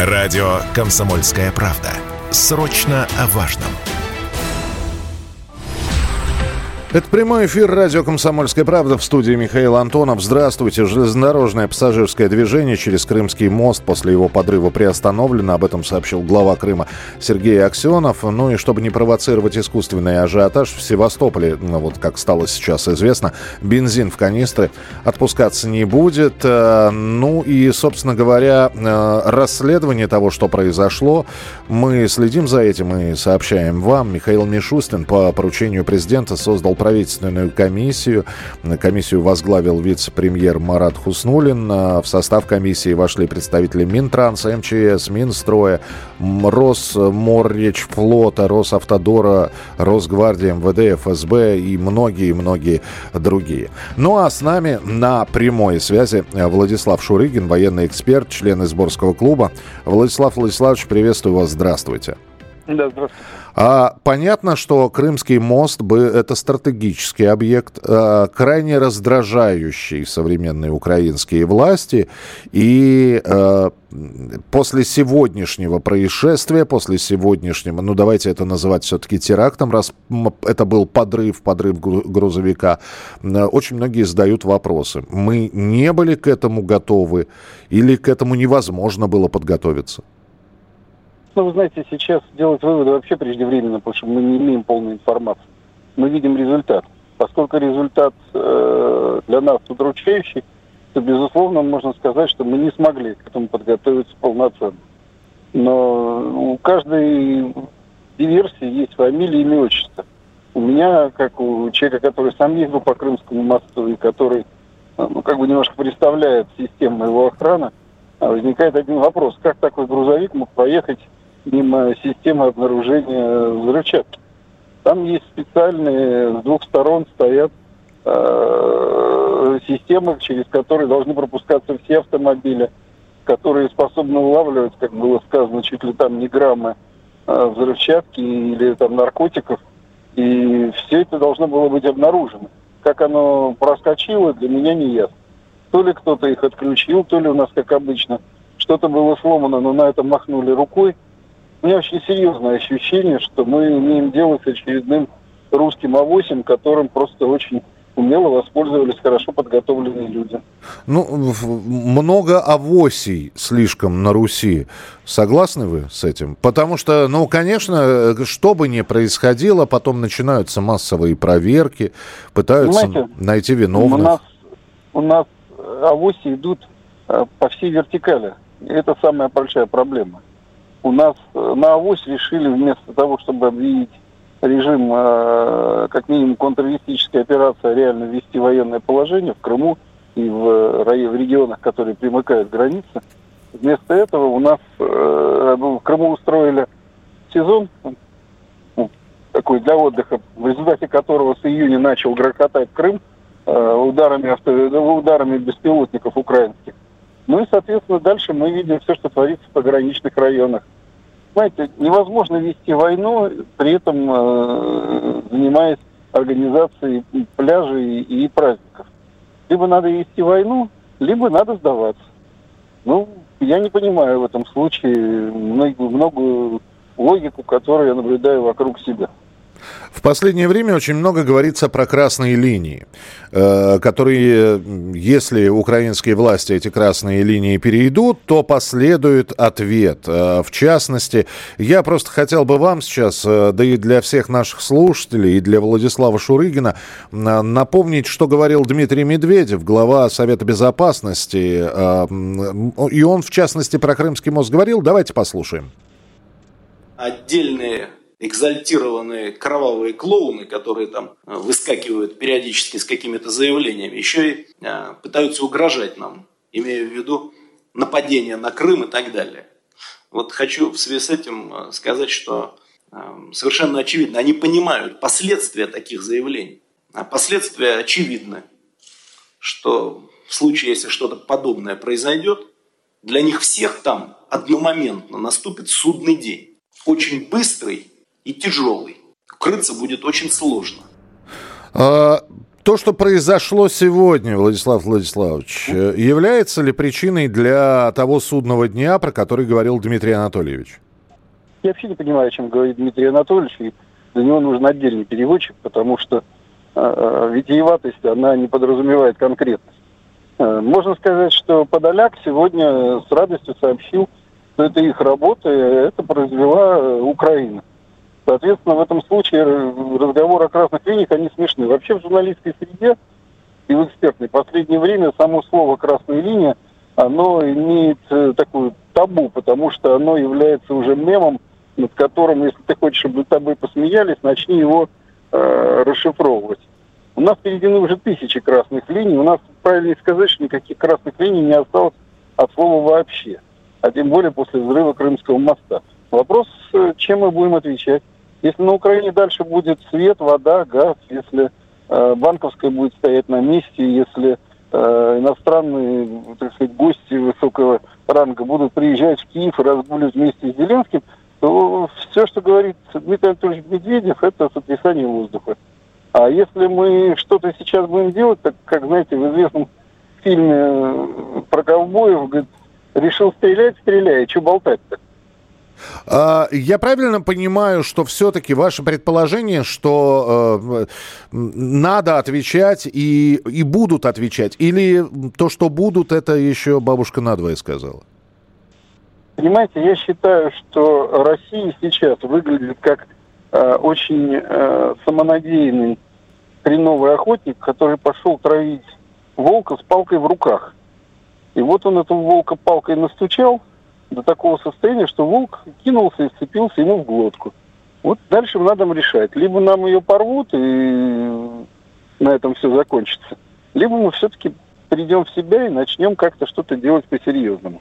Радио «Комсомольская правда». Срочно о важном. Это прямой эфир радио «Комсомольская правда», в студии Михаил Антонов. Здравствуйте. Железнодорожное пассажирское движение через Крымский мост после его подрыва приостановлено. Об этом сообщил глава Крыма Сергей Аксенов. Ну и чтобы не провоцировать искусственный ажиотаж, в Севастополе, вот как стало сейчас известно, бензин в канистры отпускаться не будет. Ну и, собственно говоря, расследование того, что произошло, мы следим за этим и сообщаем вам. Михаил Мишустин по поручению президента создал правительственную комиссию. Комиссию возглавил вице-премьер Марат Хуснуллин. В состав комиссии вошли представители Минтранса, МЧС, Минстроя, Росморречфлота, Росавтодора, Росгвардии, МВД, ФСБ и многие-многие другие. Ну а с нами на прямой связи Владислав Шурыгин, военный эксперт, член Изборского клуба. Владислав Владиславович, приветствую вас. Здравствуйте. Да, здравствуйте. Понятно, что Крымский мост – это стратегический объект, крайне раздражающий современные украинские власти. И после сегодняшнего происшествия, после сегодняшнего, ну давайте это называть все-таки терактом, раз это был подрыв грузовика, очень многие задают вопросы. Мы не были к этому готовы или к этому невозможно было подготовиться? Ну, вы знаете, сейчас делать выводы вообще преждевременно, потому что мы не имеем полной информации. Мы видим результат. Поскольку результат для нас удручающий, то, безусловно, можно сказать, что мы не смогли к этому подготовиться полноценно. Но у каждой диверсии есть фамилия, имя, отчество. У меня, как у человека, который сам ездил по Крымскому мосту и который, немножко представляет систему его охраны, возникает один вопрос. Как такой грузовик мог проехать мимо системы обнаружения взрывчатки? Там есть специальные, с двух сторон стоят системы, через которые должны пропускаться все автомобили, которые способны улавливать, как было сказано, чуть ли там не граммы взрывчатки или там наркотиков. И все это должно было быть обнаружено. Как оно проскочило, для меня не ясно. То ли кто-то их отключил, то ли у нас, как обычно, что-то было сломано, но на это махнули рукой. У меня очень серьезное ощущение, что мы имеем дело с очередным русским авосем, которым просто очень умело воспользовались хорошо подготовленные люди. Ну, много авосей слишком на Руси. Согласны вы с этим? Потому что, конечно, что бы ни происходило, потом начинаются массовые проверки, пытаются найти виновных. У нас авоси идут по всей вертикали. Это самая большая проблема. У нас на авось решили вместо того, чтобы объявить режим, как минимум, контртеррористической операции, реально ввести военное положение в Крыму и в регионах, которые примыкают к границе. Вместо этого у нас в Крыму устроили сезон такой для отдыха, в результате которого с июня начал грохотать Крым ударами беспилотников украинских. Ну и, соответственно, дальше мы видим все, что творится в пограничных районах. Знаете, невозможно вести войну, при этом занимаясь организацией пляжей и праздников. Либо надо вести войну, либо надо сдаваться. Ну, я не понимаю в этом случае многую логику, которую я наблюдаю вокруг себя. В последнее время очень много говорится про красные линии, которые, если украинские власти эти красные линии перейдут, то последует ответ. В частности, я просто хотел бы вам сейчас, да и для всех наших слушателей, и для Владислава Шурыгина, напомнить, что говорил Дмитрий Медведев, глава Совета Безопасности. И он, в частности, про Крымский мост говорил. Давайте послушаем. Отдельные экзальтированные кровавые клоуны, которые там выскакивают периодически с какими-то заявлениями, еще и пытаются угрожать нам, имея в виду нападение на Крым и так далее. Вот хочу в связи с этим сказать, что совершенно очевидно, они понимают последствия таких заявлений. А последствия очевидны, что в случае, если что-то подобное произойдет, для них всех там одномоментно наступит судный день. Очень быстрый и тяжелый. Укрыться будет очень сложно. То, что произошло сегодня, Владислав Владиславович, является ли причиной для того судного дня, про который говорил Дмитрий Анатольевич? Я вообще не понимаю, о чем говорит Дмитрий Анатольевич, и для него нужен отдельный переводчик, потому что витиеватость, она не подразумевает конкретность. Можно сказать, что Подоляк сегодня с радостью сообщил, что это их работа, и это произвела Украина. Соответственно, в этом случае разговор о красных линиях, они смешны. Вообще в журналистской среде и в экспертной в последнее время само слово «красная линия», оно имеет такую табу, потому что оно является уже мемом, над которым, если ты хочешь, чтобы над тобой посмеялись, начни его расшифровывать. У нас переведены уже тысячи красных линий. У нас, правильно сказать, что никаких красных линий не осталось от слова вообще. А тем более после взрыва Крымского моста. Вопрос, чем мы будем отвечать. Если на Украине дальше будет свет, вода, газ, если банковская будет стоять на месте, если иностранные, так сказать, гости высокого ранга будут приезжать в Киев и разгуливать вместе с Зеленским, то все, что говорит Дмитрий Анатольевич Медведев, это сотрясание воздуха. А если мы что-то сейчас будем делать, так как, знаете, в известном фильме про ковбоев, говорит, решил стрелять, стреляй, что болтать-то? Я правильно понимаю, что все-таки ваше предположение, что надо отвечать и будут отвечать? Или то, что будут, это еще бабушка надвое сказала? Понимаете, я считаю, что Россия сейчас выглядит как очень самонадеянный хреновый охотник, который пошел травить волка с палкой в руках. И вот он этого волка палкой настучал до такого состояния, что волк кинулся и вцепился ему в глотку. Вот дальше надо решать. Либо нам ее порвут, и на этом все закончится, либо мы все-таки придем в себя и начнем как-то что-то делать по-серьезному.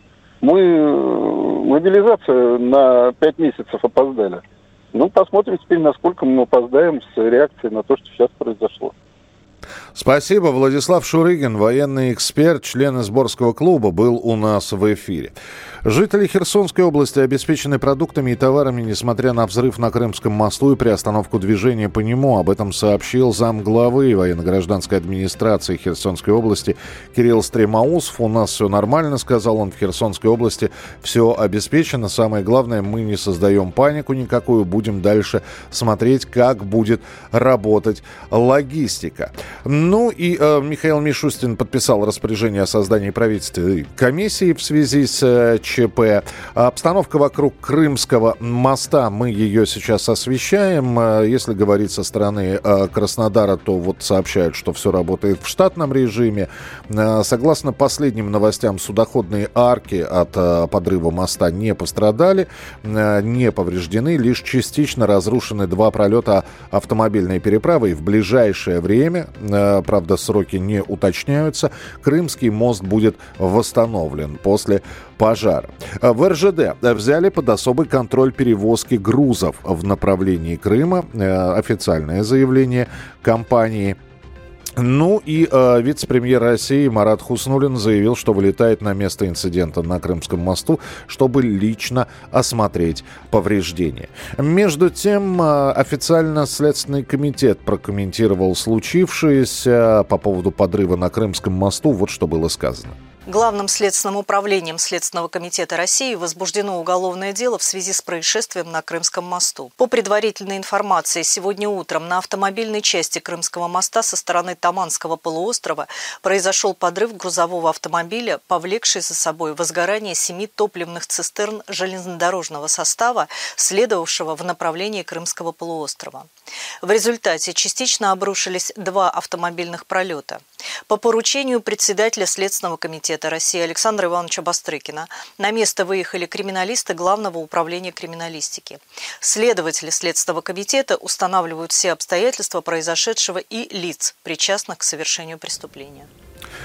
Мобилизация на 5 месяцев опоздали. Ну, посмотрим теперь, насколько мы опоздаем с реакцией на то, что сейчас произошло. Спасибо. Владислав Шурыгин, военный эксперт, член Изборского клуба, был у нас в эфире. Жители Херсонской области обеспечены продуктами и товарами, несмотря на взрыв на Крымском мосту и приостановку движения по нему. Об этом сообщил замглавы военно-гражданской администрации Херсонской области Кирилл Стремоусов. У нас все нормально, сказал он, в Херсонской области все обеспечено. Самое главное, мы не создаем панику никакую, будем дальше смотреть, как будет работать логистика. Ну и Михаил Мишустин подписал распоряжение о создании правительственной комиссии в связи с ЧП. Обстановка вокруг Крымского моста, мы ее сейчас освещаем. Если говорить со стороны Краснодара, то вот сообщают, что все работает в штатном режиме. Согласно последним новостям, судоходные арки от подрыва моста не пострадали, не повреждены, лишь частично разрушены 2 пролета автомобильной переправы. И в ближайшее время, правда, сроки не уточняются, Крымский мост будет восстановлен после пожара. В РЖД взяли под особый контроль перевозки грузов в направлении Крыма. Официальное заявление компании. Ну и вице-премьер России Марат Хуснуллин заявил, что вылетает на место инцидента на Крымском мосту, чтобы лично осмотреть повреждения. Между тем, официально Следственный комитет прокомментировал случившееся по поводу подрыва на Крымском мосту. Вот что было сказано. Главным следственным управлением Следственного комитета России возбуждено уголовное дело в связи с происшествием на Крымском мосту. По предварительной информации, сегодня утром на автомобильной части Крымского моста со стороны Таманского полуострова произошел подрыв грузового автомобиля, повлекший за собой возгорание 7 топливных цистерн железнодорожного состава, следовавшего в направлении Крымского полуострова. В результате частично обрушились 2 автомобильных пролета. По поручению председателя Следственного комитета России Александра Ивановича Бастрыкина на место выехали криминалисты Главного управления криминалистики. Следователи Следственного комитета устанавливают все обстоятельства произошедшего и лиц, причастных к совершению преступления.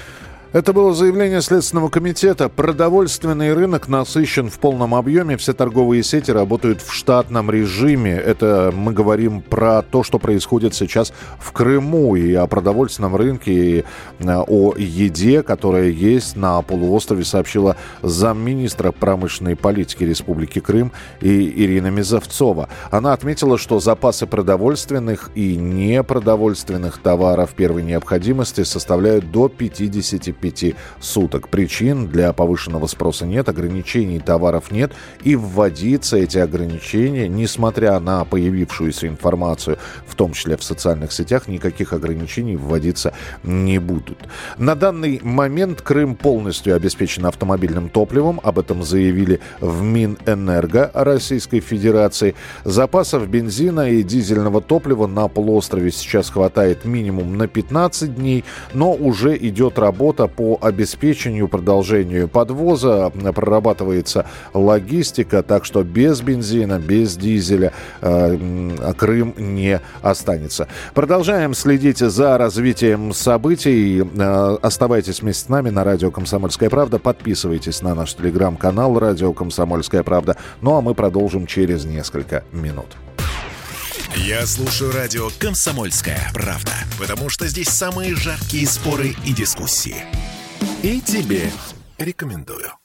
Это было заявление Следственного комитета. Продовольственный рынок насыщен в полном объеме. Все торговые сети работают в штатном режиме. Это мы говорим про то, что происходит сейчас в Крыму. И о продовольственном рынке, и о еде, которая есть на полуострове, сообщила замминистра промышленной политики Республики Крым Ирина Мизовцова. Она отметила, что запасы продовольственных и непродовольственных товаров первой необходимости составляют до 55 суток. Причин для повышенного спроса нет, ограничений товаров нет, и вводиться эти ограничения, несмотря на появившуюся информацию, в том числе в социальных сетях, никаких ограничений вводиться не будут. На данный момент Крым полностью обеспечен автомобильным топливом, об этом заявили в Минэнерго Российской Федерации. Запасов бензина и дизельного топлива на полуострове сейчас хватает минимум на 15 дней, но уже идет работа по обеспечению, продолжению подвоза, прорабатывается логистика, так что без бензина, без дизеля Крым не останется. Продолжаем следить за развитием событий. Оставайтесь вместе с нами на радио «Комсомольская правда». Подписывайтесь на наш телеграм-канал «Радио Комсомольская правда». Ну а мы продолжим через несколько минут. Я слушаю радио «Комсомольская правда», потому что здесь самые жаркие споры и дискуссии. И тебе рекомендую.